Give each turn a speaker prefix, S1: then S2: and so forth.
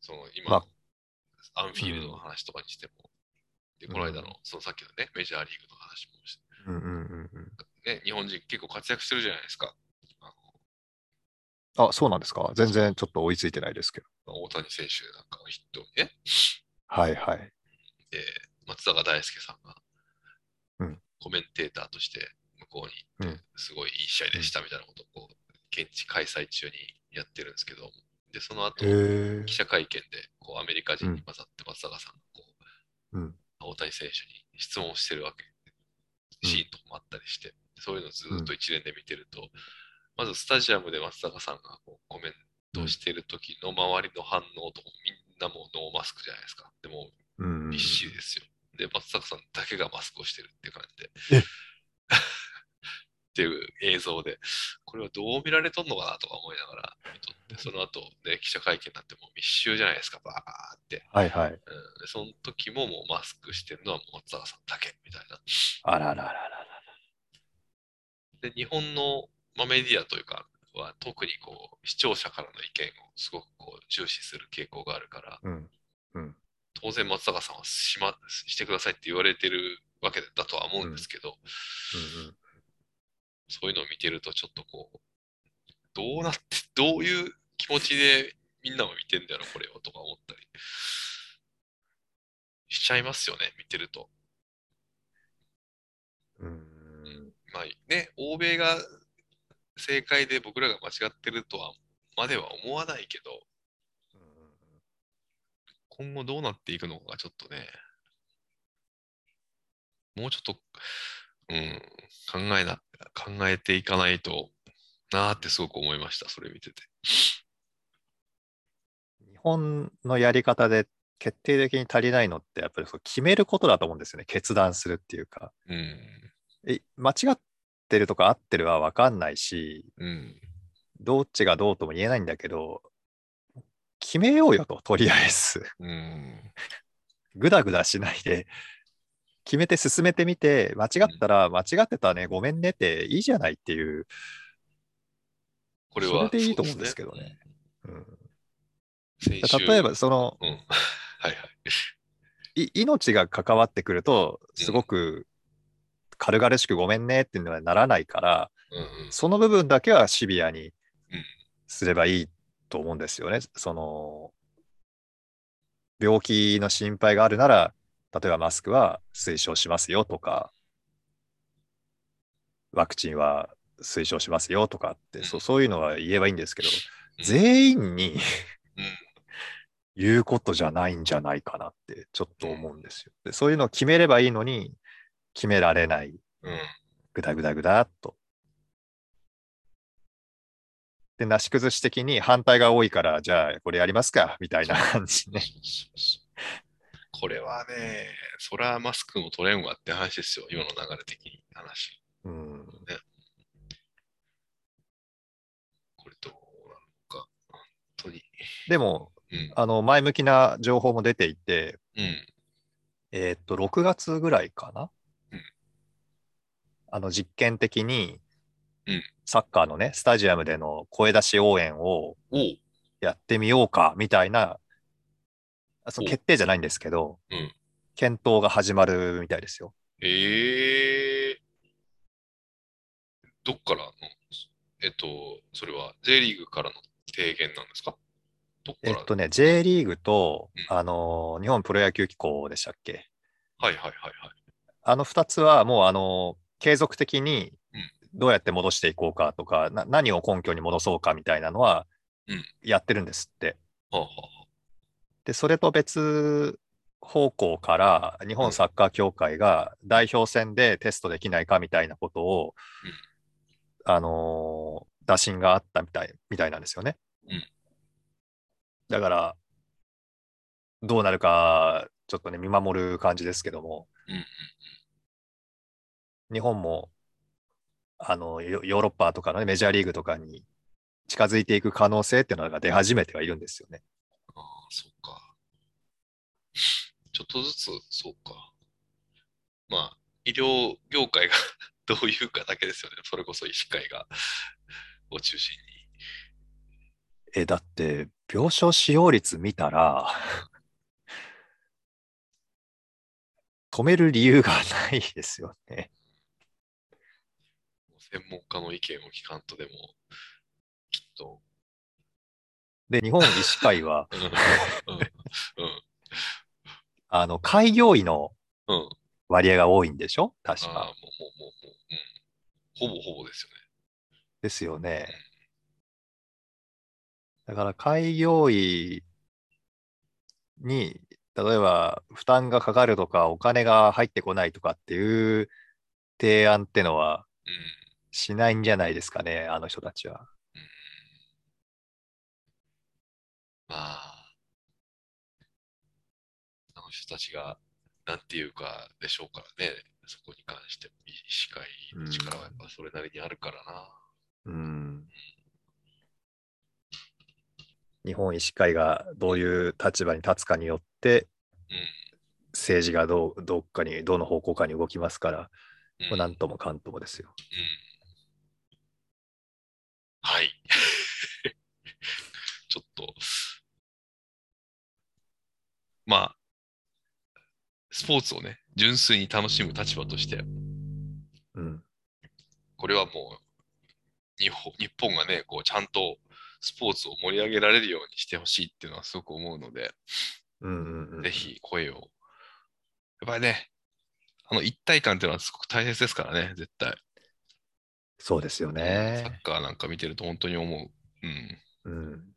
S1: その今の
S2: ま
S1: アンフ
S2: あ、う
S1: ィールドの
S2: ん、
S1: 話とかにしても、で、
S2: う
S1: この間の、
S2: ん、
S1: そのさっきのね、メジャーリーグの話もし
S2: うん、うん、うん。
S1: ね、日本人結構活躍してるじゃないですか。あの
S2: あ、そうなんですか。全
S1: そう、
S2: 然ちょっと追いついてないですけど。
S1: 大谷選手なんかのヒットにね、
S2: はいはい。
S1: で、松坂大輔さんが
S2: うん、
S1: コメンテーターとして向こうに行って、
S2: うん、
S1: すごいいい試合
S2: うん。
S1: でしたみたいなことをこう、現地開催中にやってるんですけど、で、その
S2: へ
S1: 後、記
S2: え、
S1: 者会見で、こう、アメリカ人
S2: うん、
S1: に混ざって松坂さんがこう、
S2: うん、
S1: 大谷選手に質問してるわけ、
S2: うん、
S1: シーンとかもあったりして、そういうのをずっと
S2: うん、
S1: 一連で見てると、まずスタジアムで松坂さんがこうコメン
S2: うん、
S1: トしてる時の周りの反応とかもみんなもうノーマスクじゃないですか。でも
S2: うん、う
S1: びっしり
S2: ん。
S1: ですよ。で、松坂さんだけがマスクをしてるっていう感じで、っ
S2: え、
S1: ていう映像で、これはどう見られとんのかなとか思いながら見とって、その後、ね、記者会見になってもう密集じゃないですか、バーって。
S2: はいはい。
S1: うん、でその時ももうマスクしてるのはもう松坂さんだけみたいな。
S2: あららららら。
S1: で、日本の、まあ、メディアというか、は特にこう視聴者からの意見をすごくこう重視する傾向があるから、
S2: うん、うん、
S1: 当然松坂さんはしてくださいって言われてるわけだとは思う
S2: うん、
S1: んですけど、
S2: うん、
S1: そういうのを見てるとちょっとこう、どうなって、どういう気持ちでみんなも見てんだろう、これをとか思ったりしちゃいますよね、見てると。
S2: うん。
S1: まあね、欧米が正解で僕らが間違ってるとは、までは思わないけど、今後どうなっていくのかがちょっとね、もうちょっと、うん、考えていかないとなーってすごく思いました、それ見てて。
S2: 日本のやり方で決定的に足りないのって、やっぱりそう決めることだと思うんですよね。決断するっていうか。
S1: うん、
S2: 間違ってるとか合ってるは分かんないし、
S1: うん、
S2: どっちがどうとも言えないんだけど、決めようよと、とりあえず。
S1: うん。
S2: ぐだぐだしないで、決めて進めてみて、間違ったら、間違ってたね、ごめんねっていいじゃないっていう、それ
S1: これは
S2: でいいと思うん
S1: そうですね。
S2: ですけどね。うん、
S1: 先週、
S2: 例えば、その、
S1: うん。はいはい。
S2: 命が関わってくると、すご
S1: うん、
S2: く軽々しくごめんねっていうのはならないから、
S1: うん、うん、
S2: その部分だけはシビアに
S1: うん。
S2: すればいいと思うんですよね。その、病気の心配があるなら、例えばマスクは推奨しますよとか、ワクチンは推奨しますよとかって、そういうのは言えばいいんですけど、
S1: うん、
S2: 全員に
S1: うん、
S2: 言うことじゃないんじゃないかなってちょっと
S1: うん、
S2: 思うんですよ。で、そういうのを決めればいいのに、決められない。
S1: うん。
S2: ぐだぐだぐだっと。で、なし崩し的に反対が多いから、じゃあこれやりますかみたいな
S1: そう
S2: 感じね。
S1: そうそうそう。これはね、そらマスクも取れんわって話ですよ。今の流れ的に話。
S2: うん、
S1: ね、これどうなのか。本当に。
S2: でも、
S1: うん、
S2: 前向きな情報も出ていて、
S1: うん、
S2: 6月ぐらいかな、
S1: うん、
S2: 実験的に
S1: うん。
S2: サッカーのね、スタジアムでの声出し応援を
S1: おう、
S2: やってみようか、みたいな、その
S1: おう、
S2: 決定じゃないんですけど、
S1: うん。
S2: 検討が始まるみたいですよ。
S1: ええ、どっからの、それは J リーグからの提言なんですか？どっから、うん、
S2: J リーグと、
S1: うん。
S2: 日本プロ野球機構でしたっけ？
S1: はいはいはいはい。
S2: あの2つはもう、継続的に
S1: うん、
S2: どうやって戻していこうかとか、何を根拠に戻そうかみたいなのは
S1: うん。
S2: やってるんですって。
S1: はあ、はあ、
S2: で、それと別方向から日
S1: うん、
S2: 本サッカー協会が代表戦でテストできないかみたいなことを、打診があったみたいなんですよね。
S1: うん、うん、
S2: だから、どうなるか、ちょっとね、見守る感じですけども、
S1: うん。
S2: 日本も、ヨーロッパとかの、ね、メジャーリーグとかに近づいていく可能性っていうのが出始めてはいるんですよね。
S1: ああ、そうか。ちょっとずつ、そうか。まあ、医療業界がどういうかだけですよね。それこそ医師会がを中心に。
S2: だって、 病床使用率見たら、止める理由がないですよね。
S1: 専門家の意見を聞かんとでも、きっと。
S2: で、日本医師会は、
S1: うん、うん、
S2: 開業医の
S1: うん。うん。
S2: 割合が多いんでしょ確か。
S1: ああ、もう、うん。ほぼほぼですよね。
S2: ですよね。だから開業医に、例えば負担がかかるとか、お金が入ってこないとかっていう提案ってのは
S1: うん、うん。
S2: しないんじゃないですかね、あの人たちは。
S1: うん、まあ、あの人たちが、なんていうかでしょうからね。そこに関しても、医師会の
S2: うん。
S1: 力はやっぱそれなりにあるからな。
S2: うん。日本医師会がどういう立場に立つかによって、
S1: うん、
S2: 政治がどっかに、どの方向かに動きますから、
S1: うん、うん。
S2: もうなんともかんともですよ。
S1: はい。ちょっと、まあ、スポーツをね、純粋に楽しむ立場として、
S2: うん。
S1: これはもう日本がね、こう、ちゃんとスポーツを盛り上げられるようにしてほしいっていうのはすごく思うので、
S2: うんうんうんうん。
S1: ぜひ声を。やっぱりね、一体感っていうのはすごく大切ですからね、絶対。
S2: そうですよ
S1: うん、サッ
S2: ね。
S1: カーなんか見てると本当に思う。うん。
S2: うん。